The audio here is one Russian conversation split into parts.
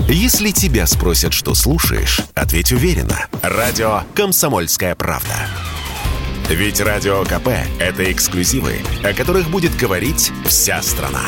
Если тебя спросят, что слушаешь, ответь уверенно. Радио «Комсомольская правда». Ведь Радио КП – это эксклюзивы, о которых будет говорить вся страна.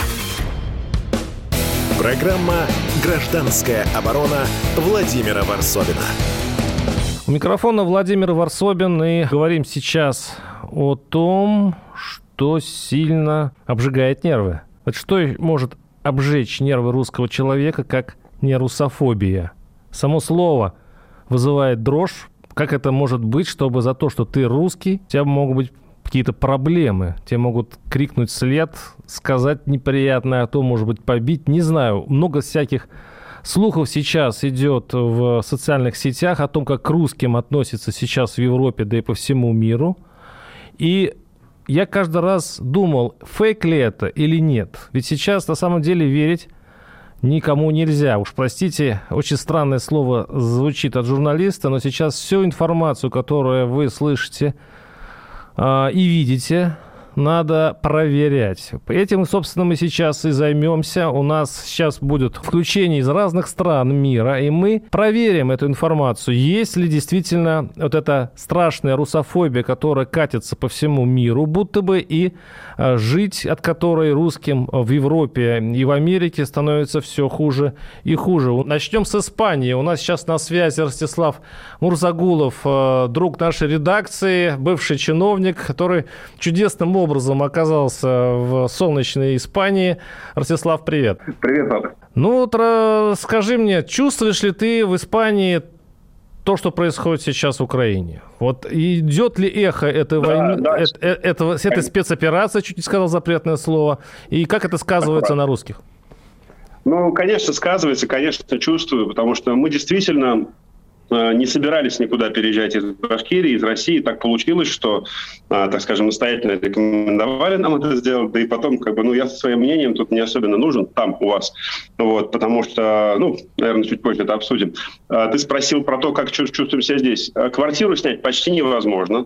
Программа «Гражданская оборона» Владимира Варсобина. У микрофона Владимир Варсобин, и говорим сейчас о том, что сильно обжигает нервы. Вот что может обжечь нервы русского человека, как не русофобия? Само слово вызывает дрожь. Как это может быть, чтобы за то, что ты русский, у тебя могут быть какие-то проблемы? Тебе могут крикнуть вслед, сказать неприятное, а то, может быть, побить. Не знаю, много всяких слухов сейчас идет в социальных сетях о том, как к русским относятся сейчас в Европе, да и по всему миру. И я каждый раз думал, фейк ли это или нет. Ведь сейчас на самом деле верить никому нельзя. Уж простите, очень странное слово звучит от журналиста, но сейчас всю информацию, которую вы слышите и видите, надо проверять. Этим, собственно, мы сейчас и займемся. У нас сейчас будет включение из разных стран мира, и мы проверим эту информацию. Есть ли действительно вот эта страшная русофобия, которая катится по всему миру, будто бы, и жить от которой русским в Европе и в Америке становится все хуже и хуже. Начнем с Испании. У нас сейчас на связи Ростислав Мурзагулов, друг нашей редакции, бывший чиновник, который чудесным образом оказался в солнечной Испании. Ростислав, привет. Привет, папа. Ну вот скажи мне, чувствуешь ли ты в Испании то, что происходит сейчас в Украине? Вот идет ли эхо этой войны, этой спецоперации, чуть не сказал запретное слово, и как это сказывается на русских? Ну, конечно, сказывается, конечно, чувствую, потому что мы действительно не собирались никуда переезжать из Башкирии, из России. Так получилось, что, так скажем, настоятельно рекомендовали нам это сделать. Да и потом, я со своим мнением тут не особенно нужен там у вас. Вот, потому что, наверное, чуть позже это обсудим. Ты спросил про то, как чувствуем себя здесь. Квартиру снять почти невозможно.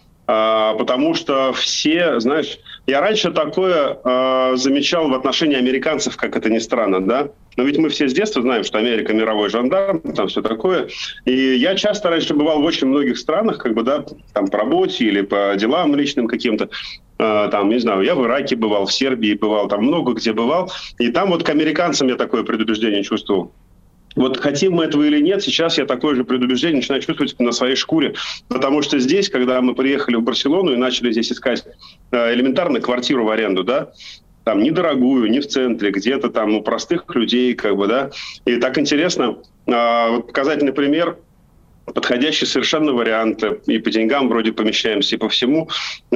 Потому что все, знаешь, я раньше такое замечал в отношении американцев, как это ни странно, да. Но ведь мы все с детства знаем, что Америка мировой жандарм, там все такое. И я часто раньше бывал в очень многих странах, там по работе или по делам личным каким-то. Там, не знаю, я в Ираке бывал, в Сербии бывал, там много где бывал. И там вот к американцам я такое предубеждение чувствовал. Вот хотим мы этого или нет, сейчас я такое же предубеждение начинаю чувствовать на своей шкуре. Потому что здесь, когда мы приехали в Барселону и начали здесь искать элементарно квартиру в аренду, да, там недорогую, не в центре, где-то там у простых людей, да. И так интересно, показательный пример, подходящий совершенно вариант, и по деньгам вроде помещаемся, и по всему.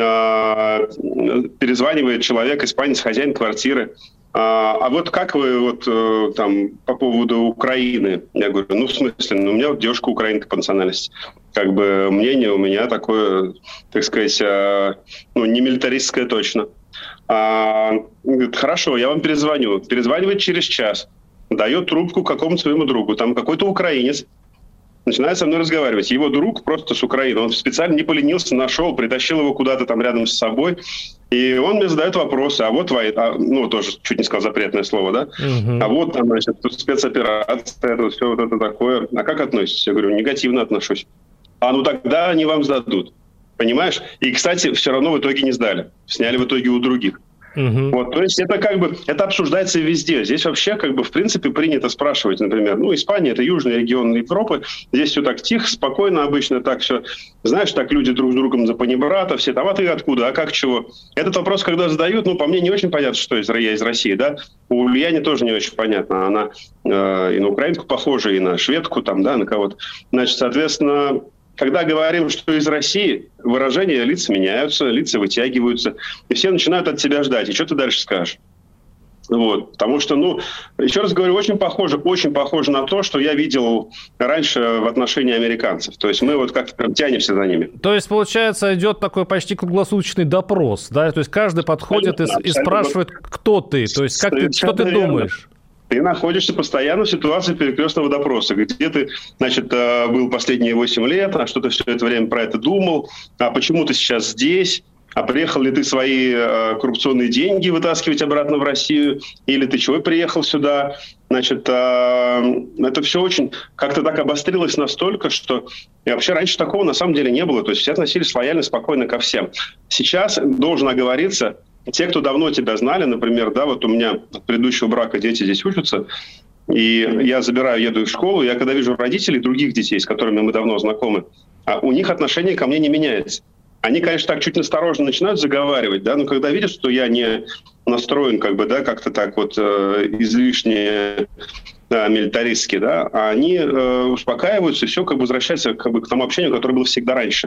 Перезванивает человек, испанец, хозяин квартиры. А вот как вы там по поводу Украины? Я говорю, в смысле, у меня девушка украинка по национальности. Мнение у меня такое, так сказать, не милитаристское точно. Говорит, хорошо, я вам перезвоню. Перезванивает через час. Дает трубку какому-то своему другу. Там какой-то украинец. Начинает со мной разговаривать. Его друг просто с Украины. Он специально не поленился, нашел, притащил его куда-то там рядом с собой. И он мне задает вопросы. А вот тоже чуть не сказал запретное слово, да? А вот там, значит, тут спецоперация, тут все вот это такое. А как относитесь? Я говорю, негативно отношусь. Тогда они вам сдадут. Понимаешь? И, кстати, все равно в итоге не сдали. Сняли в итоге у других. Вот, то есть это это обсуждается везде. Здесь вообще в принципе принято спрашивать, например, Испания — это южный регион Европы, здесь все так тихо, спокойно обычно, так все, знаешь, так люди друг с другом за панибрата, все там, а ты откуда, а как, чего? Этот вопрос, когда задают, по мне не очень понятно, что я из России, да, у Ульяне тоже не очень понятно, она и на украинку похожа, и на шведку там, да, на кого-то. Значит, соответственно, когда говорим, что из России, выражения лиц меняются, лица вытягиваются, и все начинают от тебя ждать. И что ты дальше скажешь? Вот. Потому что, еще раз говорю, очень похоже на то, что я видел раньше в отношении американцев. То есть мы как-то тянемся за ними. То есть, получается, идет такой почти круглосуточный допрос, да? То есть каждый подходит и спрашивает, кто ты, то есть что ты думаешь? Ты находишься постоянно в ситуации перекрестного допроса, где ты, значит, был последние 8 лет, а что ты все это время про это думал, а почему ты сейчас здесь, а приехал ли ты свои коррупционные деньги вытаскивать обратно в Россию, или ты чего приехал сюда. Значит, это все очень как-то так обострилось настолько, что и вообще раньше такого на самом деле не было. То есть все относились лояльно, спокойно ко всем. Сейчас должен оговориться, те, кто давно тебя знали, например, да, вот у меня от предыдущего брака дети здесь учатся, и я еду в школу, я когда вижу родителей других детей, с которыми мы давно знакомы, у них отношение ко мне не меняется. Они, конечно, так чуть настороженно начинают заговаривать, да, но когда видят, что я не настроен, как бы, да, как-то так вот излишне милитаристски, да, они успокаиваются, и все как бы возвращается как бы к тому общению, которое было всегда раньше.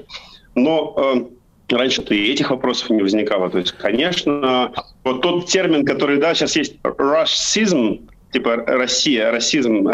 Но раньше-то и этих вопросов не возникало. То есть, конечно, вот тот термин, который, да, сейчас есть «расизм», типа Россия, расизм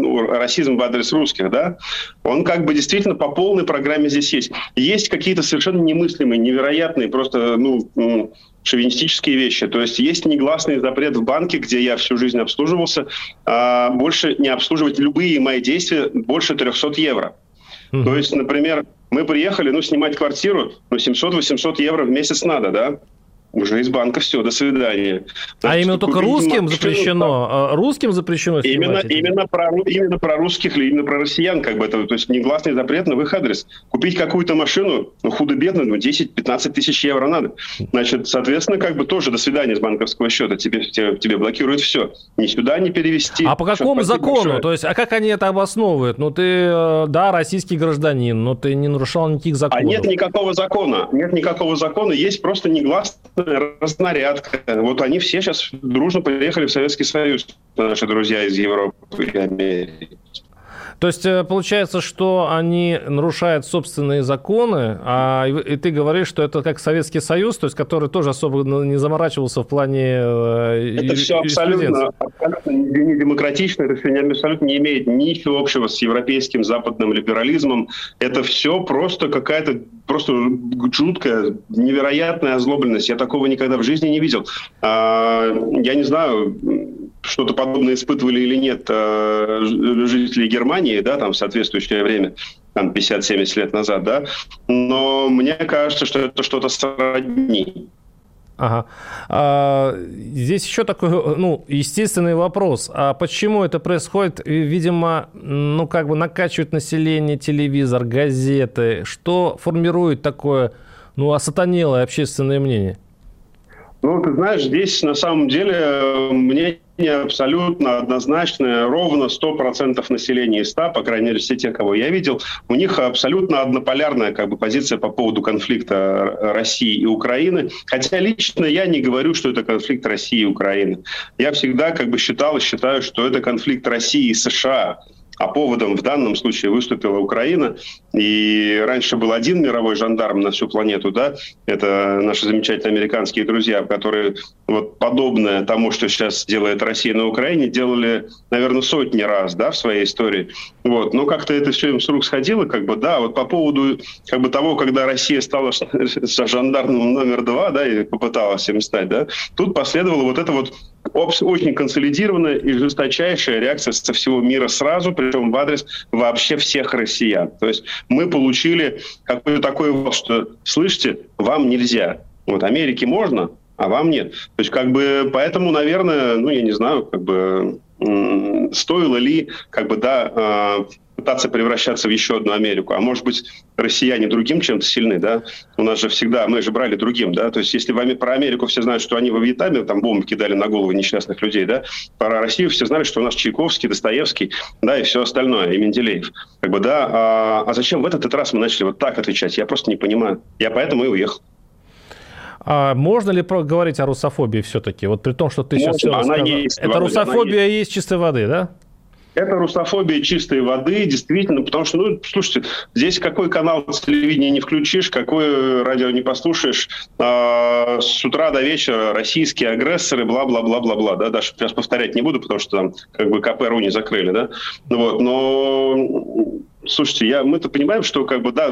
в адрес русских, да, он как бы действительно по полной программе здесь есть. Есть какие-то совершенно немыслимые, невероятные, просто, шовинистические вещи. То есть есть негласный запрет в банке, где я всю жизнь обслуживался, больше не обслуживать любые мои действия больше 300 евро. Mm-hmm. То есть, например, мы приехали, снимать квартиру, 700-800 евро в месяц надо, да? Уже из банка все, до свидания. Значит, именно только русским запрещено? Русским запрещено снимать? Именно про русских или именно про россиян, как бы это, то есть негласный запрет на их адрес. Купить какую-то машину, худо-бедно, 10-15 тысяч евро надо. Значит, соответственно, как бы тоже до свидания с банковского счета. Тебе блокируют все. Ни сюда не перевести. А по какому закону? Большое. То есть, а как они это обосновывают? Ты, да, российский гражданин, но ты не нарушал никаких законов. А нет никакого закона. Нет никакого закона. Есть просто негласный разнарядка. Вот они все сейчас дружно приехали в Советский Союз, наши друзья из Европы и Америки. То есть получается, что они нарушают собственные законы, и ты говоришь, что это как Советский Союз, то есть который тоже особо не заморачивался в плане это все абсолютно не демократично, это все абсолютно не имеет ничего общего с европейским западным либерализмом. Это все просто какая-то жуткая, невероятная озлобленность. Я такого никогда в жизни не видел. Я не знаю, что-то подобное испытывали или нет жители Германии, да, там в соответствующее время, там 50-70 лет назад, да, но мне кажется, что это что-то сродни. Ага. Здесь еще такой, естественный вопрос. А почему это происходит? Видимо, накачивает население телевизор, газеты. Что формирует такое, осатанелое общественное мнение? Ты знаешь, здесь на самом деле мнение абсолютно однозначное, ровно 100% населения из 100, по крайней мере, все те, кого я видел, у них абсолютно однополярная позиция по поводу конфликта России и Украины. Хотя лично я не говорю, что это конфликт России и Украины. Я всегда считал и считаю, что это конфликт России и США. А поводом в данном случае выступила Украина. И раньше был один мировой жандарм на всю планету, да, это наши замечательные американские друзья, которые подобное тому, что сейчас делает Россия на Украине, делали, наверное, сотни раз, да, в своей истории. Но как-то это все им с рук сходило, по поводу того, когда Россия стала жандармом номер 2, да, и попыталась им стать, да, тут последовала очень консолидированная и жесточайшая реакция со всего мира сразу, причем в адрес вообще всех россиян. То есть мы получили какой-то такой, что, слышите, вам нельзя. Америке можно, а вам нет. То есть поэтому, наверное, я не знаю, стоило ли, пытаться превращаться в еще одну Америку. А может быть, россияне другим чем-то сильны, да? У нас же всегда, мы же брали другим, да? То есть если про Америку все знают, что они во Вьетнаме там бомбы кидали на головы несчастных людей, да? Про Россию все знали, что у нас Чайковский, Достоевский, да, и все остальное, и Менделеев. А зачем в этот раз мы начали так отвечать? Я просто не понимаю. Я поэтому и уехал. А можно ли говорить о русофобии все-таки? При том, что ты сейчас все рассказал. Это русофобия есть чистой воды, да? Это русофобия чистой воды, действительно, потому что, слушайте, здесь какой канал телевидения не включишь, какое радио не послушаешь, с утра до вечера российские агрессоры, бла-бла-бла-бла-бла, да, даже сейчас повторять не буду, потому что там КП РУ не закрыли, да, но... Слушайте, мы-то понимаем, что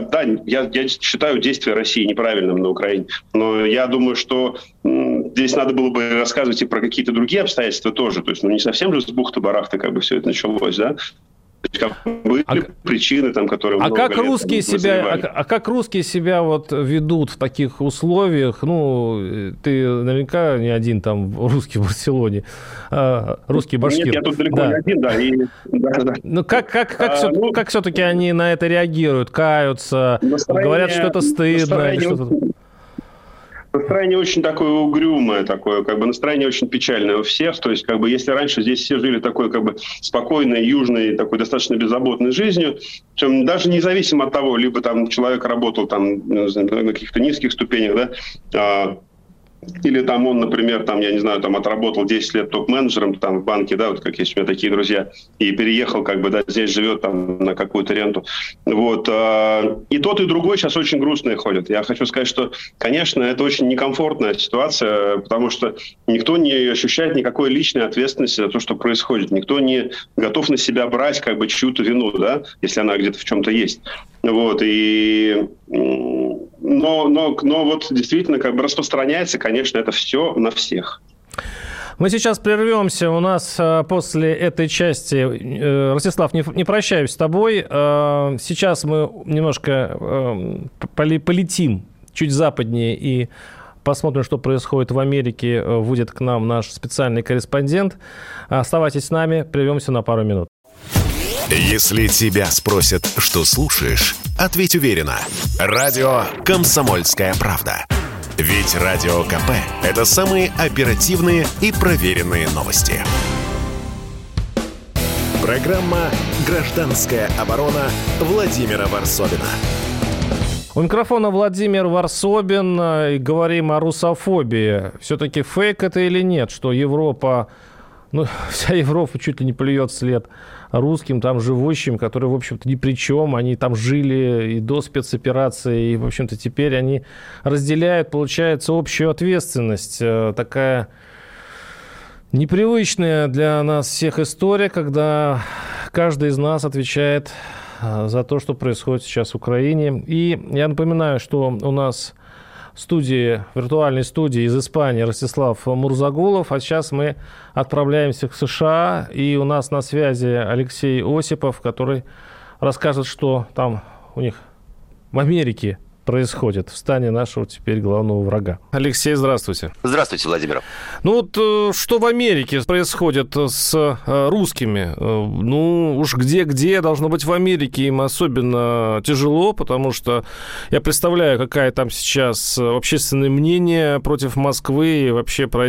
я считаю действия России неправильным на Украине, но я думаю, что здесь надо было бы рассказывать и про какие-то другие обстоятельства тоже, то есть не совсем же с бухты-барахты все это началось, да. Были причины, там, которые как русские себя вот ведут в таких условиях? Ну, ты наверняка не один там русский в Барселоне, русский башкир. Нет, я тут далеко не один, да. Ну, как все-таки они на это реагируют? Каются? Говорят, что это стыдно? Или что-то... Настроение очень такое угрюмое, такое, как бы настроение очень печальное у всех. То есть, как бы, если раньше здесь все жили такой, как бы, спокойной, южной, такой достаточно беззаботной жизнью, причем даже независимо от того, либо там человек работал там на каких-то низких ступенях, да, или там он, например, там, я не знаю, там отработал 10 лет топ-менеджером там в банке, да, вот как есть у меня такие друзья, и переехал, как бы, да, здесь живет там на какую-то ренту. Вот. И тот, и другой сейчас очень грустные ходят. Я хочу сказать, что, конечно, это очень некомфортная ситуация, потому что никто не ощущает никакой личной ответственности за то, что происходит. Никто не готов на себя брать, как бы, чью-то вину, да, если она где-то в чем-то есть. Вот. И... Но вот действительно как бы распространяется, конечно, это все на всех. Мы сейчас прервемся. У нас после этой части, Ростислав, не прощаюсь с тобой. Сейчас мы немножко полетим чуть западнее и посмотрим, что происходит в Америке. Выйдет к нам наш специальный корреспондент. Оставайтесь с нами. Прервемся на пару минут. Если тебя спросят, что слушаешь, ответь уверенно. Радио «Комсомольская правда». Ведь Радио КП – это самые оперативные и проверенные новости. Программа «Гражданская оборона» Владимира Варсобина. У микрофона Владимир Варсобин. И говорим о русофобии. Все-таки фейк это или нет, что Европа... Ну, вся Европа чуть ли не плюет вслед русским, там, живущим, которые, в общем-то, ни при чем. Они там жили и до спецоперации, и, в общем-то, теперь они разделяют, получается, общую ответственность. Такая непривычная для нас всех история, когда каждый из нас отвечает за то, что происходит сейчас в Украине. И я напоминаю, что у нас... виртуальной студии из Испании Ростислав Мурзагулов. А сейчас мы отправляемся к США. И у нас на связи Алексей Осипов, который расскажет, что там у них в Америке происходит в стане нашего теперь главного врага. Алексей, здравствуйте. Здравствуйте, Владимир. Ну вот что в Америке происходит с русскими? Ну уж где должно быть в Америке им особенно тяжело, потому что я представляю, какая там сейчас общественное мнение против Москвы и вообще про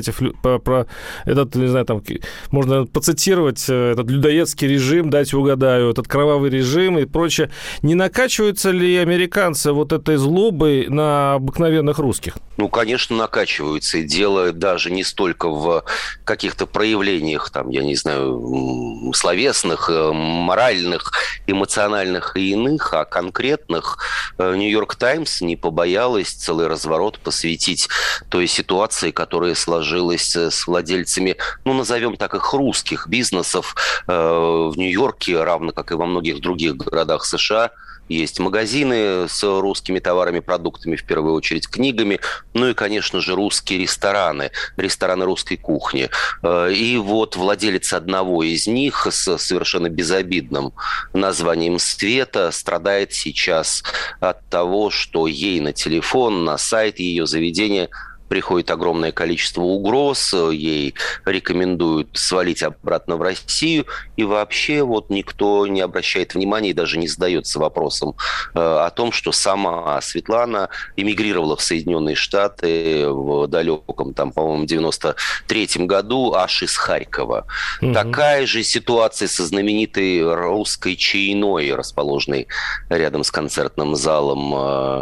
этот, не знаю, там можно процитировать этот людоедский режим, дайте угадаю, этот кровавый режим и прочее. Не накачиваются ли американцы вот этой злобы на обыкновенных русских? Ну, конечно, накачиваются. И дело даже не столько в каких-то проявлениях, там, я не знаю, словесных, моральных, эмоциональных и иных, а конкретных. «Нью-Йорк Таймс» не побоялась целый разворот посвятить той ситуации, которая сложилась с владельцами, ну, назовем так их, русских бизнесов в Нью-Йорке, равно как и во многих других городах США. Есть магазины с русскими товарами, продуктами, в первую очередь книгами, ну и, конечно же, русские рестораны русской кухни. И вот владелец одного из них с совершенно безобидным названием «Света» страдает сейчас от того, что ей на телефон, на сайт ее заведения приходит огромное количество угроз, ей рекомендуют свалить обратно в Россию, и вообще вот никто не обращает внимания и даже не задается вопросом о том, что сама Светлана эмигрировала в Соединенные Штаты в далеком, там, по-моему, 93-м году аж из Харькова. Угу. Такая же ситуация со знаменитой русской чайной, расположенной рядом с концертным залом,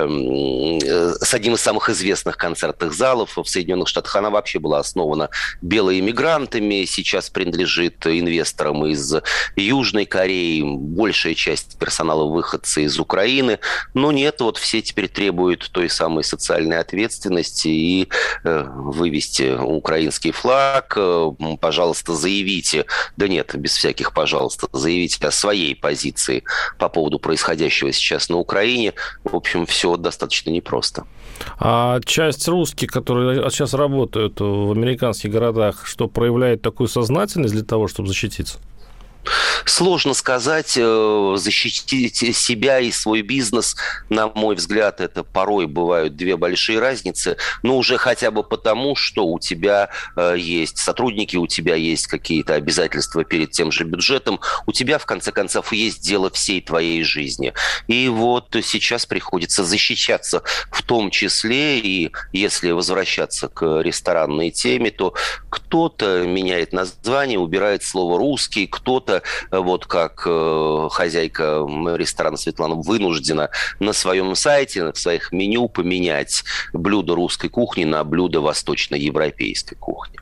с одним из самых известных концертных залов в Соединенных Штатах. Она вообще была основана белоэмигрантами, сейчас принадлежит инвесторам из Южной Кореи, большая часть персонала выходцы из Украины. Но нет, вот все теперь требуют той самой социальной ответственности и вывести украинский флаг. Пожалуйста, заявите, да нет, без всяких пожалуйста, заявите о своей позиции по поводу происходящего сейчас на Украине. В общем, все достаточно непросто. А часть русских, которые сейчас работают в американских городах, что проявляет такую сознательность для того, чтобы защититься? Сложно сказать, защитить себя и свой бизнес, на мой взгляд, это порой бывают две большие разницы, но уже хотя бы потому, что у тебя есть сотрудники, у тебя есть какие-то обязательства перед тем же бюджетом, у тебя, в конце концов, есть дело всей твоей жизни. И вот сейчас приходится защищаться в том числе, и если возвращаться к ресторанной теме, то кто-то меняет название, убирает слово «русский», кто-то, вот как хозяйка ресторана Светлана, вынуждена на своем сайте, в своих меню поменять блюдо русской кухни на блюдо восточноевропейской кухни.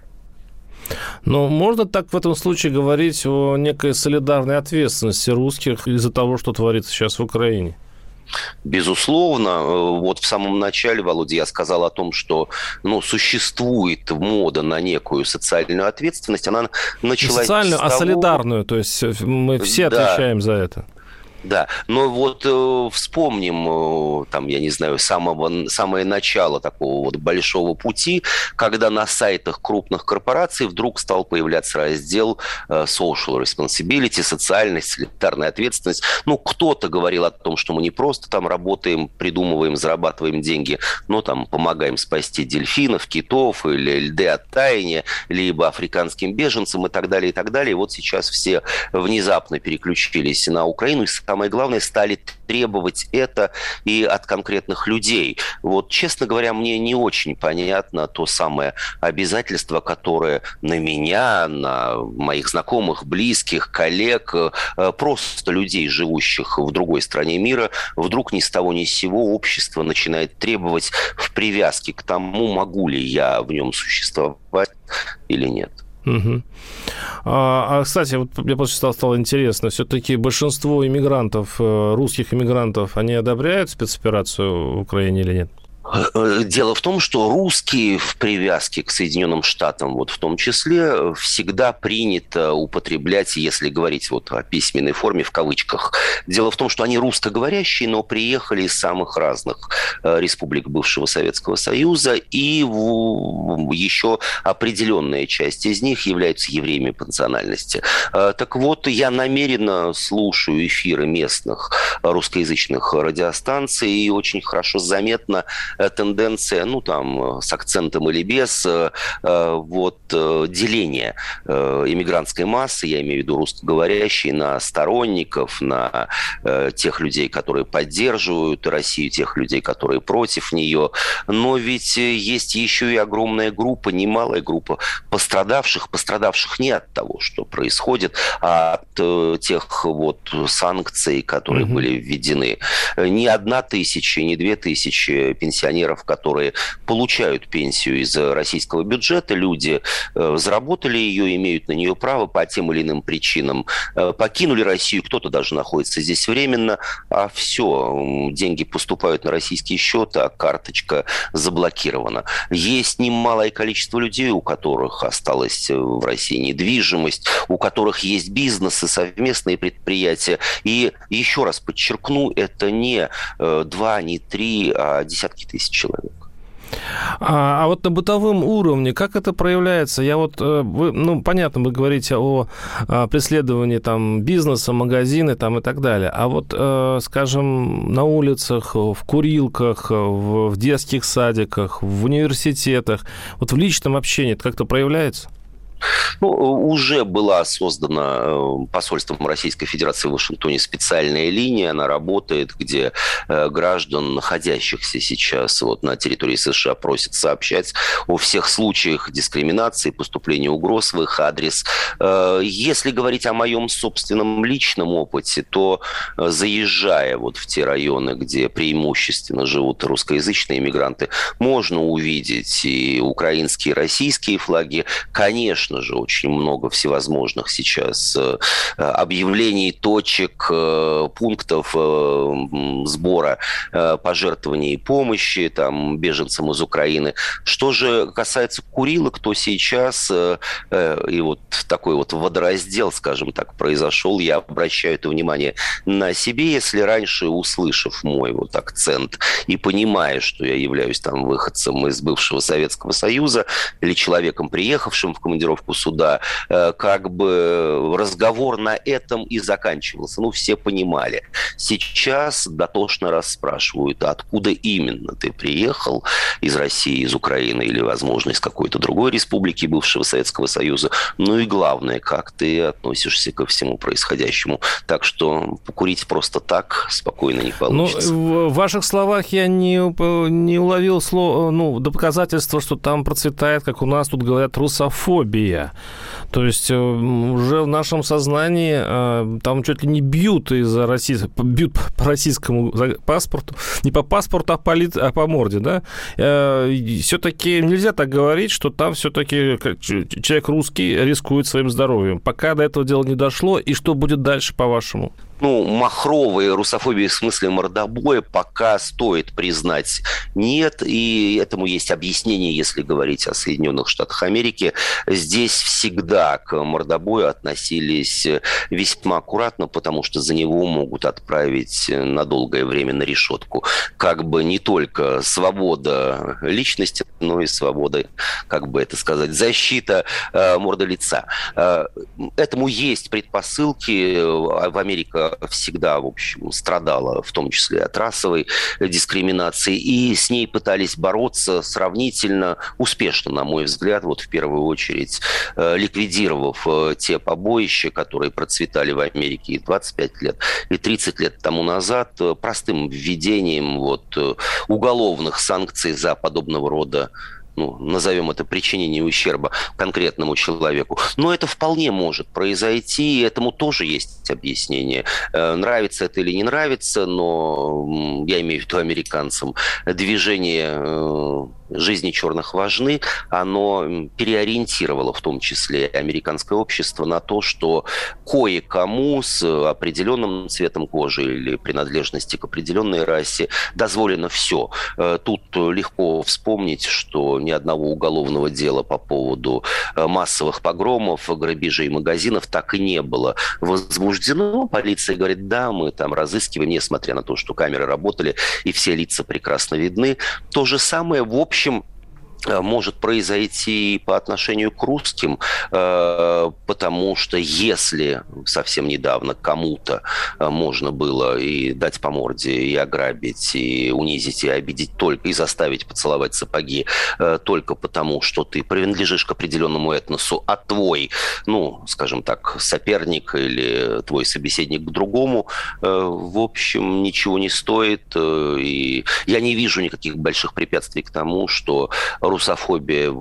Но можно так в этом случае говорить о некой солидарной ответственности русских из-за того, что творится сейчас в Украине? Безусловно. Вот в самом начале, Володя, я сказал о том, что существует мода на некую социальную ответственность. Она началась социальную, с того... солидарную. То есть мы все отвечаем за это. Да, но вот вспомним, там, я не знаю, самое начало такого вот большого пути, когда на сайтах крупных корпораций вдруг стал появляться раздел social responsibility, социальность, солидарная ответственность. Кто-то говорил о том, что мы не просто там работаем, придумываем, зарабатываем деньги, но там помогаем спасти дельфинов, китов или льды от таяния, либо африканским беженцам и так далее, и так далее. И вот сейчас все внезапно переключились на Украину и, самое главное, стали требовать это и от конкретных людей. Вот, честно говоря, мне не очень понятно то самое обязательство, которое на меня, на моих знакомых, близких, коллег, просто людей, живущих в другой стране мира, вдруг ни с того ни с сего общество начинает требовать в привязке к тому, могу ли я в нем существовать или нет. Угу. Кстати, вот мне просто стало интересно, все-таки большинство иммигрантов, русских иммигрантов, они одобряют спецоперацию в Украине или нет? Дело в том, что русские в привязке к Соединенным Штатам, вот в том числе, всегда принято употреблять, если говорить вот о письменной форме, в кавычках. Дело в том, что они русскоговорящие, но приехали из самых разных республик бывшего Советского Союза, и еще определенная часть из них являются евреями по национальности. Так вот, я намеренно слушаю эфиры местных русскоязычных радиостанций, и очень хорошо заметно тенденция, с акцентом или без, деления иммигрантской массы, я имею в виду русскоговорящей, на сторонников, на тех людей, которые поддерживают Россию, тех людей, которые против нее. Но ведь есть еще и огромная группа, немалая группа пострадавших не от того, что происходит, а от тех санкций, которые были введены. Ни 1000, ни 2000 пенсионеров, которые получают пенсию из российского бюджета, люди заработали ее, имеют на нее право по тем или иным причинам, покинули Россию, кто-то даже находится здесь временно, а все, деньги поступают на российский счет, а карточка заблокирована. Есть немалое количество людей, у которых осталась в России недвижимость, у которых есть бизнесы, совместные предприятия. И еще раз подчеркну, это не 2, не 3, а десятки тысяч человек. А вот на бытовом уровне, как это проявляется? Понятно, вы говорите о преследовании там бизнеса, магазины там и так далее. А вот, скажем, на улицах, в курилках, в детских садиках, в университетах, вот в личном общении это как-то проявляется? Уже была создана посольством Российской Федерации в Вашингтоне специальная линия, она работает, где граждан, находящихся сейчас на территории США, просят сообщать о всех случаях дискриминации, поступления угроз в их адрес. Если говорить о моем собственном личном опыте, то заезжая в те районы, где преимущественно живут русскоязычные иммигранты, можно увидеть и украинские, и российские флаги. Конечно же, очень много всевозможных сейчас объявлений, точек, пунктов сбора пожертвований и помощи беженцам из Украины. Что же касается курилок, то сейчас и такой водораздел, скажем так, произошел. Я обращаю это внимание на себе. Если раньше, услышав мой акцент и понимая, что я являюсь выходцем из бывшего Советского Союза или человеком, приехавшим в командировку отправку суда, как бы разговор на этом и заканчивался. Ну, все понимали. Сейчас дотошно расспрашивают, откуда именно ты приехал, из России, из Украины или, возможно, из какой-то другой республики бывшего Советского Союза. Ну и главное, как ты относишься ко всему происходящему. Так что покурить просто так спокойно не получится. Ну, в ваших словах я не уловил доказательства, что там процветает, как у нас тут говорят, русофобия. То есть уже в нашем сознании там чуть ли не бьют бьют по российскому паспорту, не по паспорту, а по морде, да? Все-таки нельзя так говорить, что там все-таки человек русский рискует своим здоровьем. Пока до этого дела не дошло, и что будет дальше, по-вашему? Ну, махровой русофобии в смысле мордобоя пока стоит признать нет, и этому есть объяснение, если говорить о Соединенных Штатах Америки. Здесь всегда к мордобою относились весьма аккуратно, потому что за него могут отправить на долгое время на решетку. Как бы не только свобода личности, но и свобода, как бы это сказать, защита морды лица. Этому есть предпосылки. В Америке всегда, в общем, страдала, в том числе от расовой дискриминации, и с ней пытались бороться сравнительно успешно, на мой взгляд, вот в первую очередь, ликвидировав те побоища, которые процветали в Америке и 25 лет, и 30 лет тому назад, простым введением уголовных санкций за подобного рода, назовем это, причинение ущерба конкретному человеку. Но это вполне может произойти, и этому тоже есть объяснение. Нравится это или не нравится, но я имею в виду американцам, движение жизни черных важны, оно переориентировало в том числе американское общество на то, что кое-кому с определенным цветом кожи или принадлежности к определенной расе дозволено все. Тут легко вспомнить, что ни одного уголовного дела по поводу массовых погромов, грабежей магазинов так и не было возбуждено. Полиция говорит, да, мы там разыскиваем, несмотря на то, что камеры работали и все лица прекрасно видны. То же самое, в общем, может произойти по отношению к русским, потому что если совсем недавно кому-то можно было и дать по морде, и ограбить, и унизить, и обидеть только, и заставить поцеловать сапоги только потому, что ты принадлежишь к определенному этносу, а твой, скажем так, соперник или твой собеседник к другому, в общем, ничего не стоит. И я не вижу никаких больших препятствий к тому, что русофобия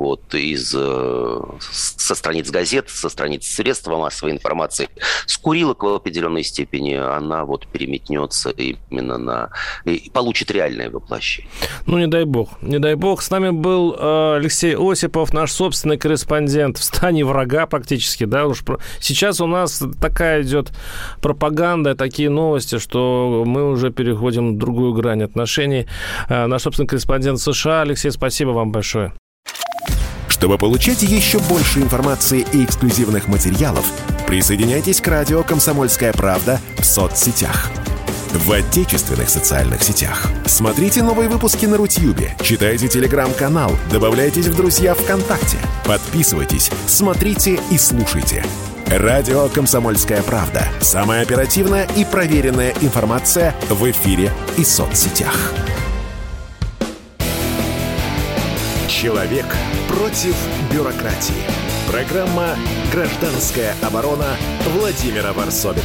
со страниц газет, со страниц средств массовой информации с курилок в определенной степени, она переметнется именно и получит реальное воплощение. Не дай бог. Не дай бог. С нами был Алексей Осипов, наш собственный корреспондент в стане врага практически, да, сейчас у нас такая идет пропаганда, такие новости, что мы уже переходим в другую грань отношений. Наш собственный корреспондент в США. Алексей, спасибо вам большое. Чтобы получать еще больше информации и эксклюзивных материалов, присоединяйтесь к радио «Комсомольская правда» в соцсетях. В отечественных социальных сетях. Смотрите новые выпуски на Рутьюбе, читайте телеграм-канал, добавляйтесь в друзья ВКонтакте, подписывайтесь, смотрите и слушайте. Радио «Комсомольская правда». Самая оперативная и проверенная информация в эфире и соцсетях. Человек против бюрократии. Программа «Гражданская оборона» Владимира Варсобина.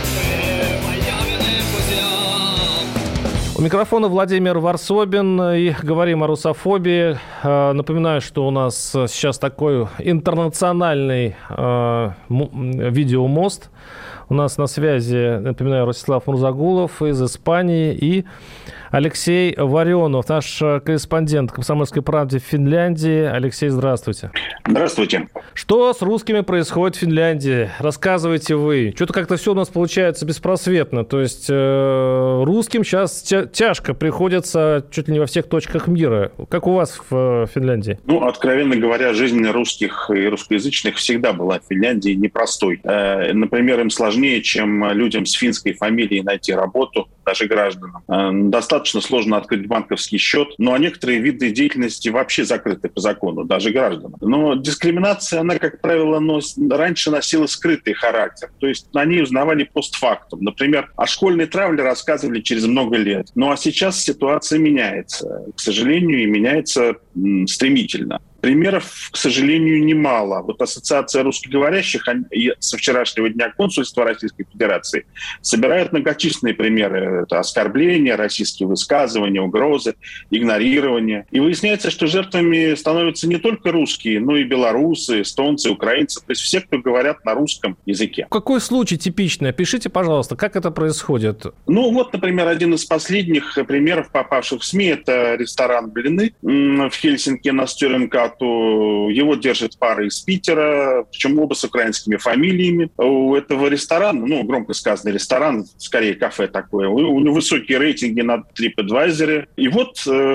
У микрофона Владимир Варсобин, и говорим о русофобии. Напоминаю, что у нас сейчас такой интернациональный видеомост. У нас на связи, напоминаю, Ростислав Мурзагулов из Испании и Алексей Варионов, наш корреспондент «Комсомольской правды» в Финляндии. Алексей, здравствуйте. Здравствуйте. Что с русскими происходит в Финляндии? Рассказывайте вы. Что-то как-то все у нас получается беспросветно. То есть русским сейчас тяжко приходится чуть ли не во всех точках мира. Как у вас в Финляндии? Откровенно говоря, жизнь русских и русскоязычных всегда была в Финляндии непростой. Например, им сложнее, чем людям с финской фамилией найти работу. даже гражданам. Достаточно сложно открыть банковский счет, но некоторые виды деятельности вообще закрыты по закону, даже гражданам. Но дискриминация, она, как правило, раньше носила скрытый характер. То есть на ней узнавали постфактум. Например, о школьной травле рассказывали через много лет. Ну а сейчас ситуация меняется, к сожалению, и меняется стремительно. Примеров, к сожалению, немало. Вот Ассоциация русскоговорящих со вчерашнего дня консульства Российской Федерации собирает многочисленные примеры. Это оскорбления, российские высказывания, угрозы, игнорирование. И выясняется, что жертвами становятся не только русские, но и белорусы, эстонцы, украинцы. То есть все, кто говорят на русском языке. Какой случай типичный? Опишите, пожалуйста, как это происходит? Ну вот, например, один из последних примеров, попавших в СМИ, это ресторан «Блины» в Хельсинки на Стёренкату. Его держит пара из Питера, причем оба с украинскими фамилиями. У этого ресторана, громко сказано, ресторан, скорее кафе такое, у него высокие рейтинги на TripAdvisor. И вот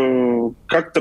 как-то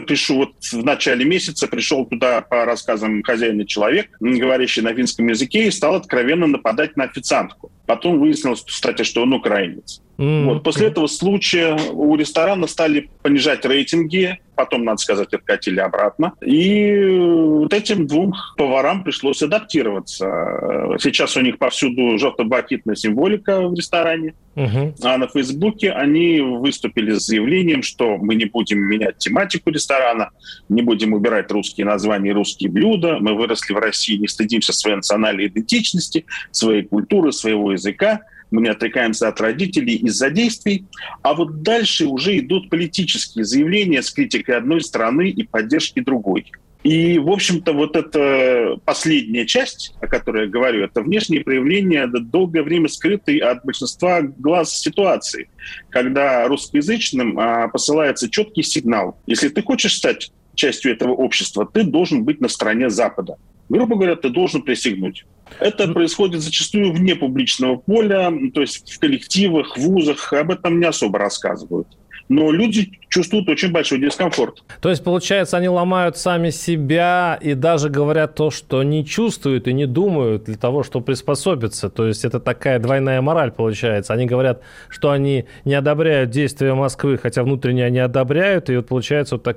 в начале месяца пришел туда, по рассказам хозяина, человек, говорящий на финском языке, и стал откровенно нападать на официантку. Потом выяснилось, кстати, что он украинец. Вот. После этого случая у ресторана стали понижать рейтинги, потом, надо сказать, откатили обратно. И вот этим двум поварам пришлось адаптироваться. Сейчас у них повсюду желто-блакитная символика в ресторане. А на Фейсбуке они выступили с заявлением, что мы не будем менять тематику ресторана, не будем убирать русские названия и русские блюда. Мы выросли в России, не стыдимся своей национальной идентичности, своей культуры, своего языка. Мы не отрекаемся от родителей из-за действий. А вот дальше уже идут политические заявления с критикой одной стороны и поддержкой другой. И, в общем-то, вот эта последняя часть, о которой я говорю, это внешние проявления, долгое время скрытые от большинства глаз ситуации, когда русскоязычным посылается четкий сигнал. Если ты хочешь стать частью этого общества, ты должен быть на стороне Запада. Грубо говоря, ты должен присягнуть. Это происходит зачастую вне публичного поля, то есть в коллективах, в вузах, об этом не особо рассказывают. Но люди чувствуют очень большой дискомфорт. То есть, получается, они ломают сами себя и даже говорят то, что не чувствуют и не думают для того, чтобы приспособиться. То есть это такая двойная мораль получается. Они говорят, что они не одобряют действия Москвы, хотя внутренне они одобряют, и вот получается вот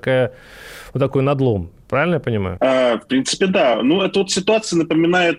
такой надлом. Правильно я понимаю? В принципе, да. Эта вот ситуация напоминает,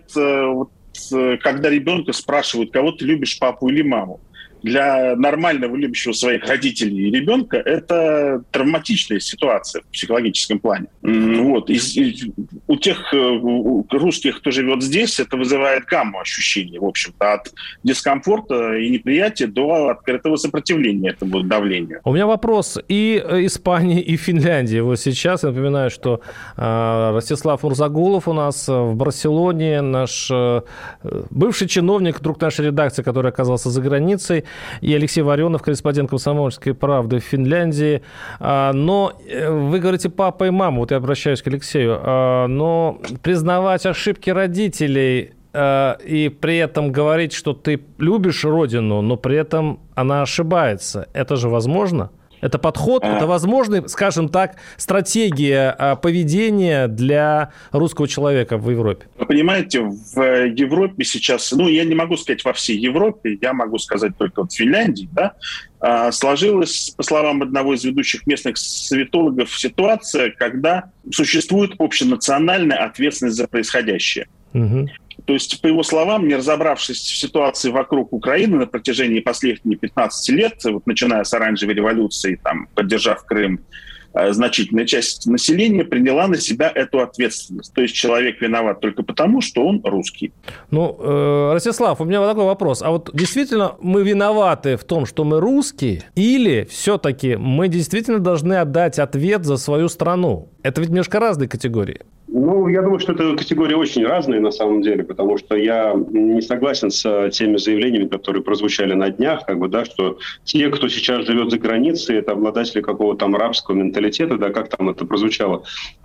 когда ребенка спрашивают, кого ты любишь, папу или маму. Для нормального, любящего своих родителей и ребенка это травматичная ситуация в психологическом плане. Вот. И у тех русских, кто живет здесь, это вызывает гамму ощущений, в общем-то, от дискомфорта и неприятия до открытого сопротивления этому давлению. У меня вопрос и Испании, и Финляндии. Вот сейчас я напоминаю, что Ростислав Мурзагулов у нас в Барселоне, наш бывший чиновник, друг нашей редакции, который оказался за границей, и Алексей Варенов, корреспондент «Комсомольской правды» в Финляндии. Но вы говорите папа и мама, вот я обращаюсь к Алексею, но признавать ошибки родителей и при этом говорить, что ты любишь родину, но при этом она ошибается, это же возможно? Это подход, это возможный, скажем так, стратегия поведения для русского человека в Европе? Вы понимаете, в Европе сейчас, я не могу сказать во всей Европе, я могу сказать только в Финляндии, да, сложилась, по словам одного из ведущих местных советологов, ситуация, когда существует общенациональная ответственность за происходящее. То есть, по его словам, не разобравшись в ситуации вокруг Украины на протяжении последних 15 лет, начиная с оранжевой революции, поддержав Крым, значительная часть населения приняла на себя эту ответственность. То есть человек виноват только потому, что он русский. Ростислав, у меня вот такой вопрос. А вот действительно мы виноваты в том, что мы русские, или все-таки мы действительно должны отдать ответ за свою страну? Это ведь немножко разные категории. Я думаю, что это категории очень разные на самом деле, потому что я не согласен с теми заявлениями, которые прозвучали на днях, что те, кто сейчас живет за границей, это обладатели какого-то арабского менталитета, как там это прозвучало.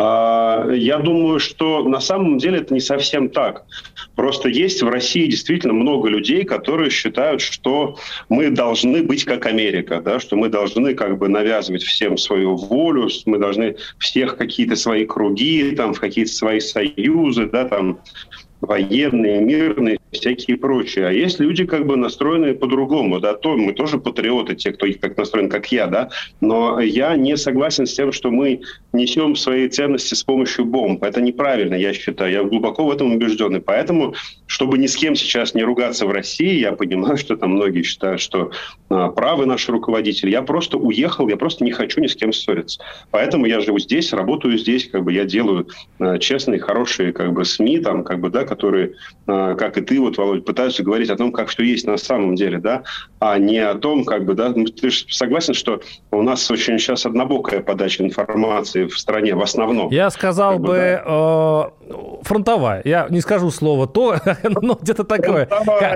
Я думаю, что на самом деле это не совсем так. Просто есть в России действительно много людей, которые считают, что мы должны быть как Америка, что мы должны навязывать всем свою волю, мы должны всех какие-то свои круги, в какие-то свои союзы, военные, мирные. всякие прочие. А есть люди, как бы, настроенные по-другому, да, то мы тоже патриоты, те, кто так настроен, как я, да, но я не согласен с тем, что мы несем свои ценности с помощью бомб. Это неправильно, я считаю. Я глубоко в этом убежден. И поэтому, чтобы ни с кем сейчас не ругаться в России, я понимаю, что там многие считают, что правы наши руководители. Я просто уехал, я просто не хочу ни с кем ссориться. Поэтому я живу здесь, работаю здесь, как бы я делаю честные, хорошие, как бы, СМИ, там, как бы, да, которые, как и ты, вот, Володь, пытаются говорить о том, как все есть на самом деле, да, а не о том, как бы, да, ты же согласен, что у нас очень сейчас однобокая подача информации в стране в основном. Я сказал бы, да, фронтовая. Я не скажу слово то, но где-то такое.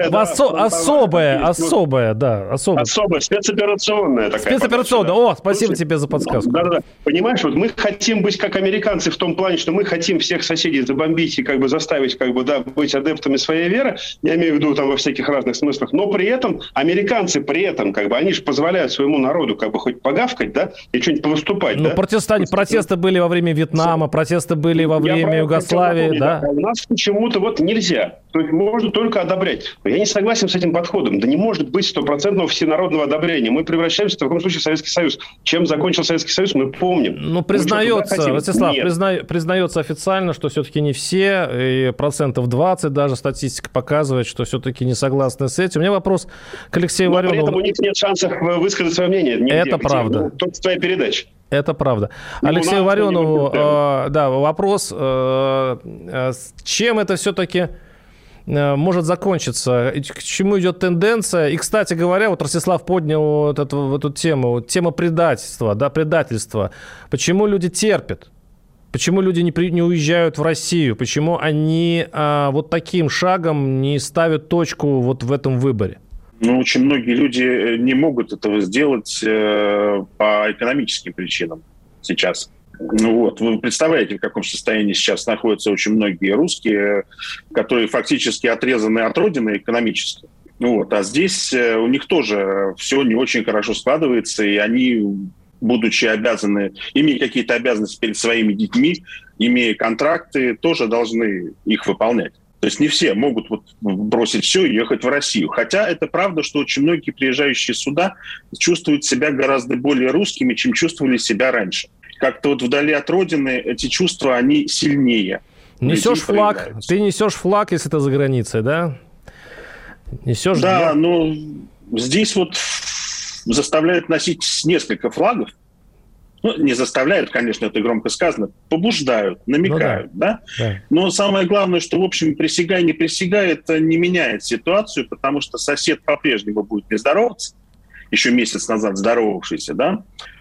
Особая, да. Особая, спецоперационная такая. Спецоперационная. О, спасибо тебе за подсказку. Да. Понимаешь, вот мы хотим быть как американцы в том плане, что мы хотим всех соседей забомбить и, как бы, заставить, как бы, да, быть адептами своей веры. Я имею в виду там во всяких разных смыслах. Но при этом американцы как бы, они же позволяют своему народу, как бы, хоть погавкать, да, и что-нибудь повыступать. Ну, да? Протесты были во время Вьетнама, протесты были во время Югославии, да? У нас почему-то вот нельзя. То есть можно только одобрять. Но я не согласен с этим подходом. Да не может быть стопроцентного всенародного одобрения. Мы превращаемся в таком случае в Советский Союз. Чем закончил Советский Союз, мы помним. Ну, признается, Ростислав, признается официально, что все-таки не все, и 20% даже статистика показывает, что все-таки не согласны с этим. У меня вопрос к Алексею Варенову. При этом у них нет шансов высказать свое мнение. Нигде, это правда. Ну, только в твоей передаче. Это правда. Алексею Варенову, да, вопрос, чем это все-таки может закончиться, к чему идет тенденция. И, кстати говоря, вот Ростислав поднял вот эту тему, тема предательства, да, предательства. Почему люди терпят? Почему люди не уезжают в Россию? Почему они вот таким шагом не ставят точку вот в этом выборе? Ну, очень многие люди не могут этого сделать по экономическим причинам сейчас. Ну вот, вы представляете, в каком состоянии сейчас находятся очень многие русские, которые фактически отрезаны от родины экономически. Ну вот, а здесь у них тоже все не очень хорошо складывается, и они, будучи обязаны, имея какие-то обязанности перед своими детьми, имея контракты, тоже должны их выполнять. То есть не все могут вот бросить все и ехать в Россию. Хотя это правда, что очень многие приезжающие сюда чувствуют себя гораздо более русскими, чем чувствовали себя раньше. Как-то вот вдали от родины эти чувства, они сильнее. Несешь флаг, ты несешь флаг, если ты за границей, да? Несешь. Да, но здесь вот заставляют носить несколько флагов. Ну, не заставляют, конечно, это громко сказано, побуждают, намекают, ну, да? Но самое главное, что, в общем, присягай, не присягай, это не меняет ситуацию, потому что сосед по-прежнему будет не здороваться, еще месяц назад здоровавшийся, да?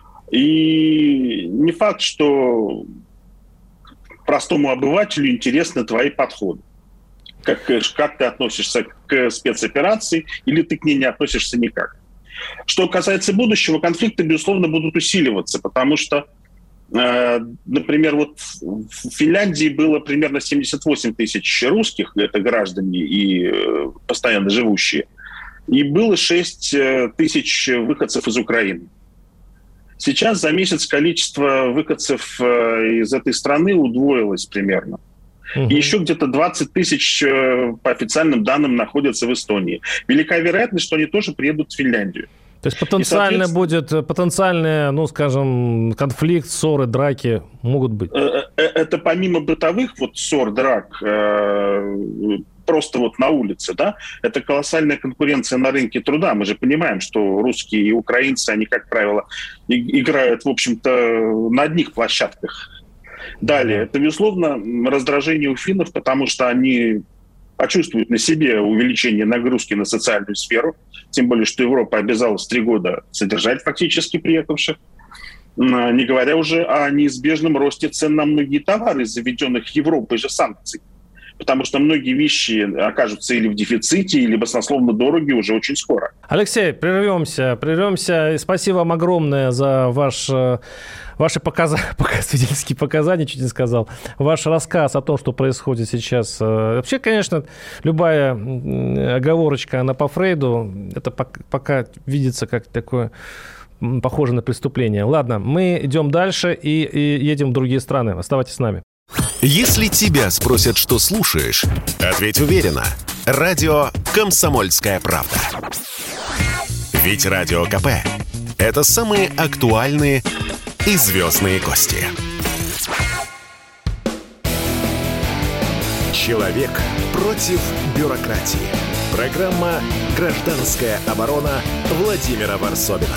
И не факт, что простому обывателю интересны твои подходы. Как ты относишься к спецоперации, или ты к ней не относишься никак. Что касается будущего, конфликты, безусловно, будут усиливаться, потому что, например, вот в Финляндии было примерно 78 тысяч русских, это граждане и постоянно живущие, и было 6 тысяч выходцев из Украины. Сейчас за месяц количество выходцев из этой страны удвоилось примерно. И еще где-то 20 тысяч, по официальным данным, находятся в Эстонии. Велика вероятность, что они тоже приедут в Финляндию. То есть потенциально будет, ну, скажем, конфликт, ссоры, драки могут быть? Это помимо бытовых вот ссор, драк, просто вот на улице, да, это колоссальная конкуренция на рынке труда. Мы же понимаем, что русские и украинцы, они, как правило, играют, в общем-то, на одних площадках. Далее, это, безусловно, раздражение у финнов, потому что они почувствуют на себе увеличение нагрузки на социальную сферу, тем более, что Европа обязалась 3 года содержать фактически приехавших, не говоря уже о неизбежном росте цен на многие товары, заведенных Европой же санкций. Потому что многие вещи окажутся или в дефиците, или баснословно дороги уже очень скоро. Алексей, прервемся. И спасибо вам огромное за ваши свидетельские показания, чуть не сказал. Ваш рассказ о том, что происходит сейчас. Вообще, конечно, любая оговорочка, она по Фрейду, это пока видится как такое похоже на преступление. Ладно, мы идем дальше и едем в другие страны. Оставайтесь с нами. Если тебя спросят, что слушаешь, ответь уверенно. Радио «Комсомольская правда». Ведь Радио КП – это самые актуальные и звездные гости. Человек против бюрократии. Программа «Гражданская оборона» Владимира Варсобина.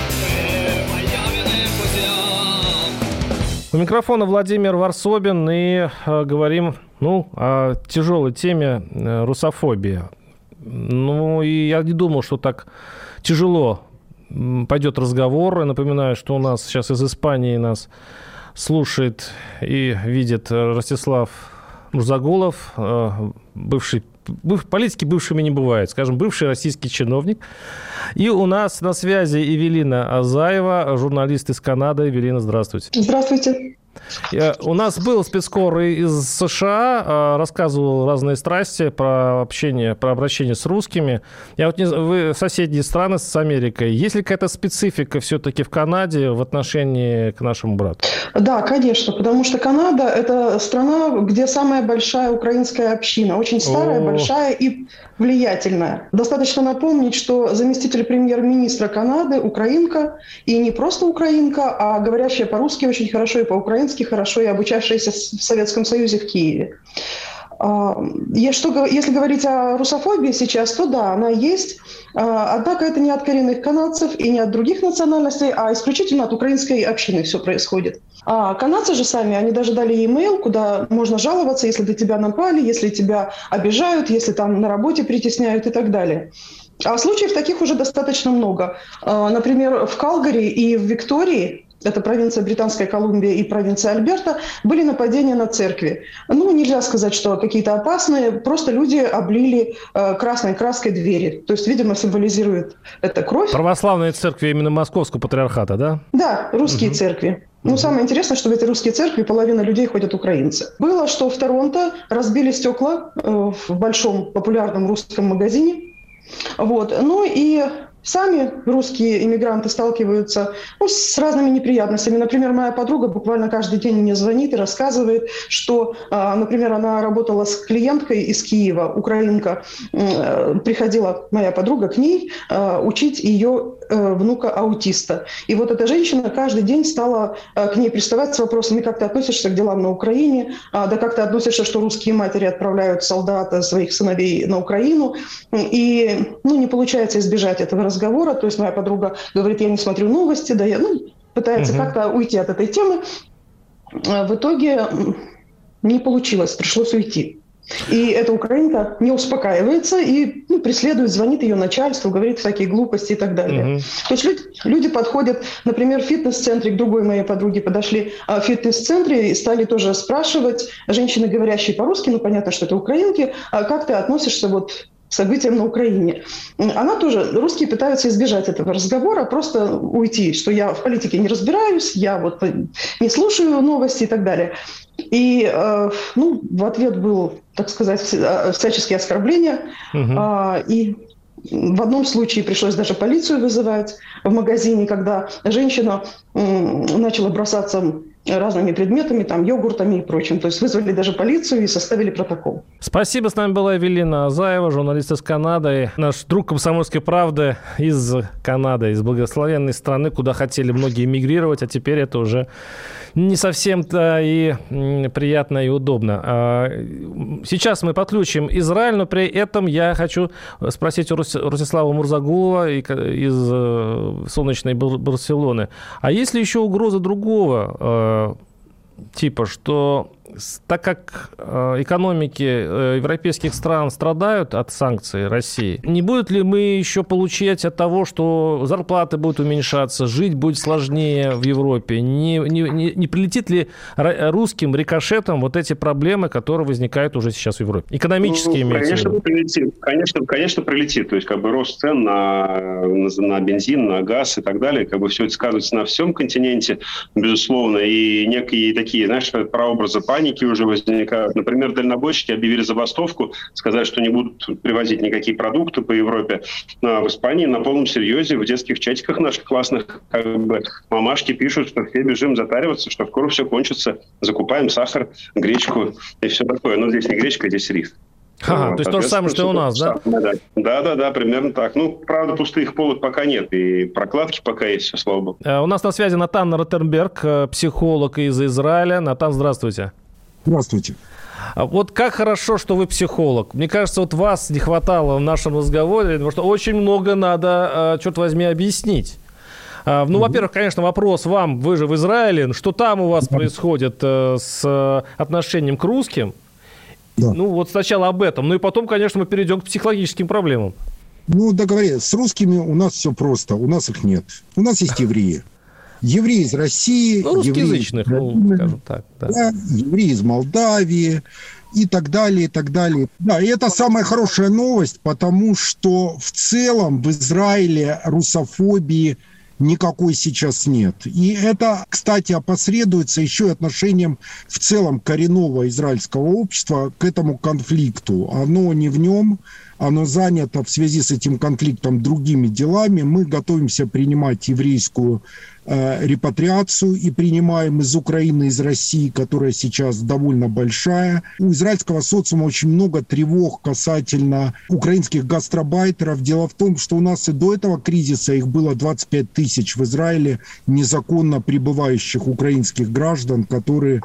У микрофона Владимир Варсобин, и говорим о тяжелой теме русофобии. И я не думал, что так тяжело пойдет разговор. Я напоминаю, что у нас сейчас из Испании нас слушает и видит Ростислав Мурзагулов, бывший политики бывшими не бывает, скажем, бывший российский чиновник. И у нас на связи Эвелина Азаева, журналист из Канады. Эвелина, здравствуйте. Здравствуйте. У нас был спецкор из США, рассказывал разные страсти про обращение с русскими. Вы соседние страны с Америкой. Есть ли какая-то специфика все-таки в Канаде в отношении к нашему брату? Да, конечно, потому что Канада – это страна, где самая большая украинская община. Очень старая, большая и влиятельная. Достаточно напомнить, что заместитель премьер-министра Канады – украинка, и не просто украинка, а говорящая по-русски очень хорошо и по-украински хорошо, и обучавшаяся в Советском Союзе в Киеве. Если говорить о русофобии сейчас, то да, она есть. Однако это не от коренных канадцев и не от других национальностей, а исключительно от украинской общины все происходит. А канадцы же сами, они даже дали e-mail, куда можно жаловаться, если до тебя напали, если тебя обижают, если там на работе притесняют и так далее. А случаев таких уже достаточно много. Например, в Калгари и в Виктории, это провинция Британская Колумбия и провинция Альберта, были нападения на церкви. Нельзя сказать, что какие-то опасные, просто люди облили красной краской двери. То есть, видимо, символизирует это кровь. Православные церкви именно Московского патриархата, да? Да, русские церкви. Самое интересное, что в эти русские церкви половина людей ходят украинцы. Было, что в Торонто разбили стекла в большом популярном русском магазине. И сами русские иммигранты сталкиваются с разными неприятностями. Например, моя подруга буквально каждый день мне звонит и рассказывает, что, например, она работала с клиенткой из Киева, украинка. Приходила моя подруга к ней учить ее внука-аутиста. И вот эта женщина каждый день стала к ней приставать с вопросами: как ты относишься к делам на Украине, да как ты относишься, что русские матери отправляют солдат своих сыновей на Украину. И не получается избежать этого разговора. То есть моя подруга говорит: я не смотрю новости, пытается как-то уйти от этой темы. В итоге не получилось, пришлось уйти. И эта украинка не успокаивается и преследует, звонит ее начальству, говорит всякие глупости и так далее. То есть люди подходят, например, в фитнес-центре, к другой моей подруге подошли в фитнес-центре и стали тоже спрашивать, женщины, говорящие по-русски, понятно, что это украинки, как ты относишься к событиям на Украине. Она тоже, русские пытаются избежать этого разговора, просто уйти, что я в политике не разбираюсь, я не слушаю новости и так далее. И в ответ был, так сказать, всяческие оскорбления. И в одном случае пришлось даже полицию вызывать в магазине, когда женщина начала бросаться разными предметами, йогуртами и прочим. То есть вызвали даже полицию и составили протокол. Спасибо. С нами была Эвелина Азаева, журналист из Канады. Наш друг «Комсомольской правды» из Канады, из благословенной страны, куда хотели многие эмигрировать, а теперь это уже не совсем-то и приятно и удобно. Сейчас мы подключим Израиль, но при этом я хочу спросить у Ростислава Мурзагулова из солнечной Барселоны. А есть ли еще угроза другого типа, что так как экономики европейских стран страдают от санкций России, не будет ли мы еще получать от того, что зарплаты будут уменьшаться, жить будет сложнее в Европе? Не прилетит ли русским рикошетом вот эти проблемы, которые возникают уже сейчас в Европе? Экономические имеются в виду? Конечно, прилетит. То есть, рост цен на бензин, на газ и так далее, все это сказывается на всем континенте, безусловно. И некие такие, прообразы паники, паники уже возникают. Например, дальнобойщики объявили забастовку, сказали, что не будут привозить никакие продукты по Европе. В Испании на полном серьезе в детских чатиках наших классных мамашки пишут, что все бежим затариваться, что скоро все кончится. Закупаем сахар, гречку и все такое. Но здесь не гречка, здесь рис. То есть то же самое, что и у нас, да? Да, примерно так. Правда, пустых полок пока нет, и прокладки пока есть, все, слава богу. У нас на связи Натан Ротенберг, психолог из Израиля. Натан, здравствуйте. Здравствуйте. Вот как хорошо, что вы психолог. Мне кажется, вот вас не хватало в нашем разговоре, потому что очень много надо, черт возьми, объяснить. Во-первых, конечно, вопрос вам, вы же в Израиле, что там у вас происходит с отношением к русским? Да. Вот сначала об этом. И потом, конечно, мы перейдем к психологическим проблемам. Договорились. С русскими у нас все просто. У нас их нет. У нас есть евреи. Евреи из России. Русскоязычных, скажем так. Да, евреи из Молдавии и так далее, и так далее. Да, и это самая хорошая новость, потому что в целом в Израиле русофобии никакой сейчас нет. И это, кстати, опосредуется еще и отношением в целом коренного израильского общества к этому конфликту. Оно не в нем, оно занято в связи с этим конфликтом другими делами. Мы готовимся принимать еврейскую репатриацию и принимаем из Украины, из России, которая сейчас довольно большая. У израильского социума очень много тревог касательно украинских гастарбайтеров. Дело в том, что у нас и до этого кризиса их было 25 тысяч в Израиле незаконно пребывающих украинских граждан, которые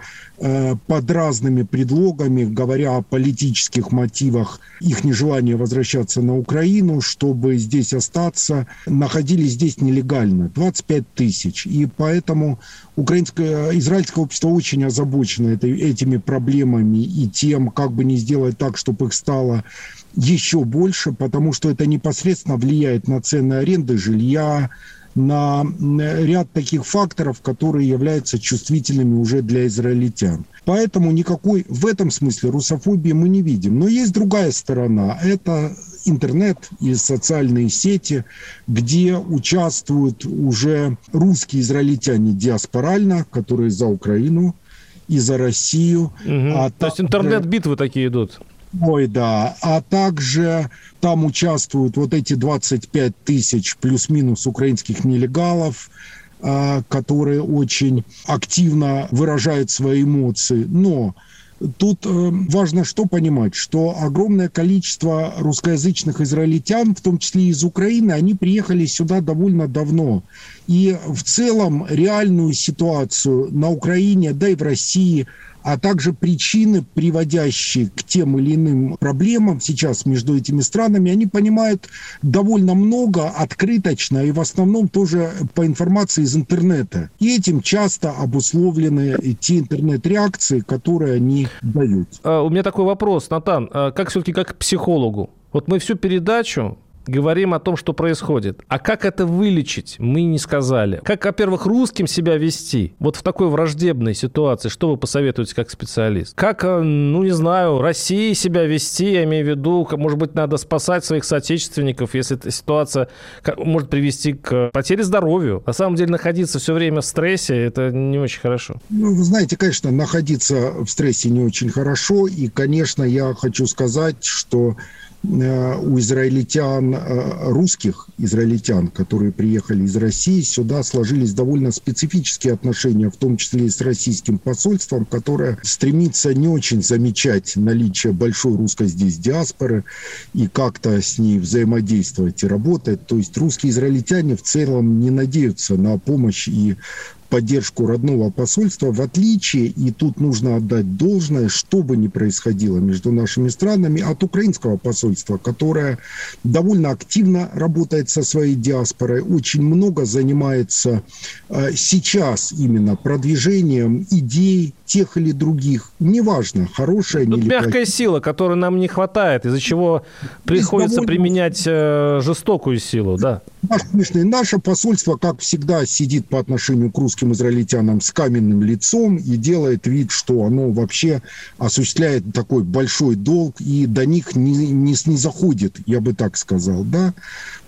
под разными предлогами, говоря о политических мотивах их нежелания возвращаться на Украину, чтобы здесь остаться, находились здесь нелегально. 25 тысяч. И поэтому израильское общество очень озабочено этими проблемами и тем, как бы не сделать так, чтобы их стало еще больше, потому что это непосредственно влияет на цены аренды жилья, на ряд таких факторов, которые являются чувствительными уже для израильтян. Поэтому никакой в этом смысле русофобии мы не видим. Но есть другая сторона. Это интернет и социальные сети, где участвуют уже русские израильтяне диаспорально, которые за Украину и за Россию. То есть интернет-битвы такие идут? Ой, да. А также там участвуют вот эти 25 тысяч плюс-минус украинских нелегалов, которые очень активно выражают свои эмоции. Но тут важно что понимать, что огромное количество русскоязычных израильтян, в том числе из Украины, они приехали сюда довольно давно. И в целом реальную ситуацию на Украине, да и в России, а также причины, приводящие к тем или иным проблемам сейчас между этими странами, они понимают довольно много, открыточно и в основном тоже по информации из интернета. И этим часто обусловлены те интернет-реакции, которые они дают. У меня такой вопрос, Натан, как все-таки как к психологу? Вот мы всю передачу говорим о том, что происходит. А как это вылечить, мы не сказали. Как, во-первых, русским себя вести вот в такой враждебной ситуации? Что вы посоветуете как специалист? Как, не знаю, России себя вести, я имею в виду, может быть, надо спасать своих соотечественников, если эта ситуация может привести к потере здоровья. На самом деле, находиться все время в стрессе, это не очень хорошо. Вы знаете, конечно, находиться в стрессе не очень хорошо. И, конечно, я хочу сказать, что у израильтян, русских израильтян, которые приехали из России, сюда сложились довольно специфические отношения, в том числе и с российским посольством, которое стремится не очень замечать наличие большой русской здесь диаспоры и как-то с ней взаимодействовать и работать. То есть русские израильтяне в целом не надеются на помощь и поддержку родного посольства, в отличие, и тут нужно отдать должное, что бы ни происходило между нашими странами, от украинского посольства, которое довольно активно работает со своей диаспорой, очень много занимается сейчас именно продвижением идей тех или других, неважно, хорошая, не мягкая сила, которой нам не хватает, из-за чего приходится применять жестокую силу, да. Наше посольство, как всегда, сидит по отношению к русским израильтянам с каменным лицом и делает вид, что оно вообще осуществляет такой большой долг и до них не заходит, я бы так сказал, да.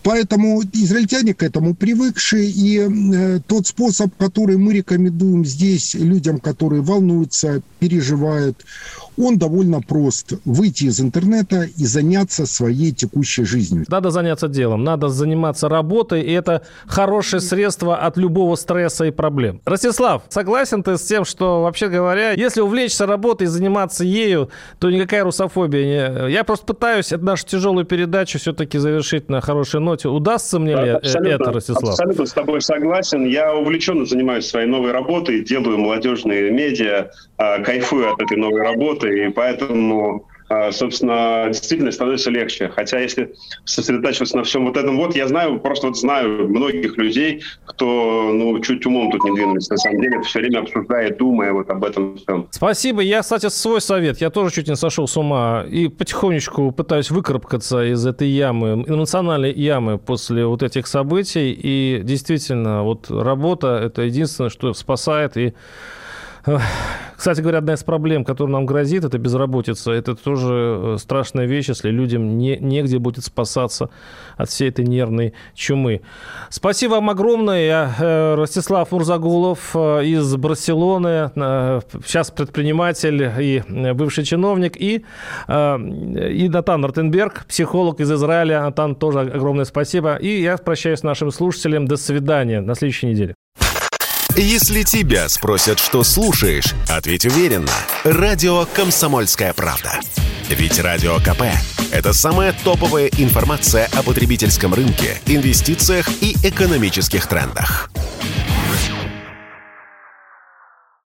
Поэтому израильтяне к этому привыкшие, и тот способ, который мы рекомендуем здесь людям, которые волнуются, переживают, он довольно прост. Выйти из интернета и заняться своей текущей жизнью. Надо заняться делом, надо заниматься работой, и это хорошее средство от любого стресса и проблем. Ростислав, согласен ты с тем, что, вообще говоря, если увлечься работой и заниматься ею, то никакая русофобия не... Я просто пытаюсь нашу тяжелую передачу все-таки завершить на хорошей ноте. Удастся мне ли это, Ростислав? Абсолютно с тобой согласен. Я увлеченно занимаюсь своей новой работой, делаю молодежные медиа, кайфую от этой новой работы, и поэтому, собственно, действительно становится легче. Хотя если сосредотачиваться на всем вот этом, я знаю многих людей, кто, чуть умом тут не двинулись, на самом деле, все время обсуждает, думая вот об этом всем. Спасибо. Я, кстати, свой совет. Я тоже чуть не сошел с ума и потихонечку пытаюсь выкарабкаться из этой ямы, эмоциональной ямы после вот этих событий. И действительно, вот работа – это единственное, что спасает. И, кстати говоря, одна из проблем, которая нам грозит, это безработица. Это тоже страшная вещь, если людям негде будет спасаться от всей этой нервной чумы. Спасибо вам огромное. Я Ростислав Мурзагулов из Барселоны, сейчас предприниматель и бывший чиновник, и Натан Ротенберг, психолог из Израиля. Натан, тоже огромное спасибо. И я прощаюсь с нашим слушателем. До свидания. На следующей неделе. Если тебя спросят, что слушаешь, ответь уверенно. Радио «Комсомольская правда». Ведь Радио КП – это самая топовая информация о потребительском рынке, инвестициях и экономических трендах.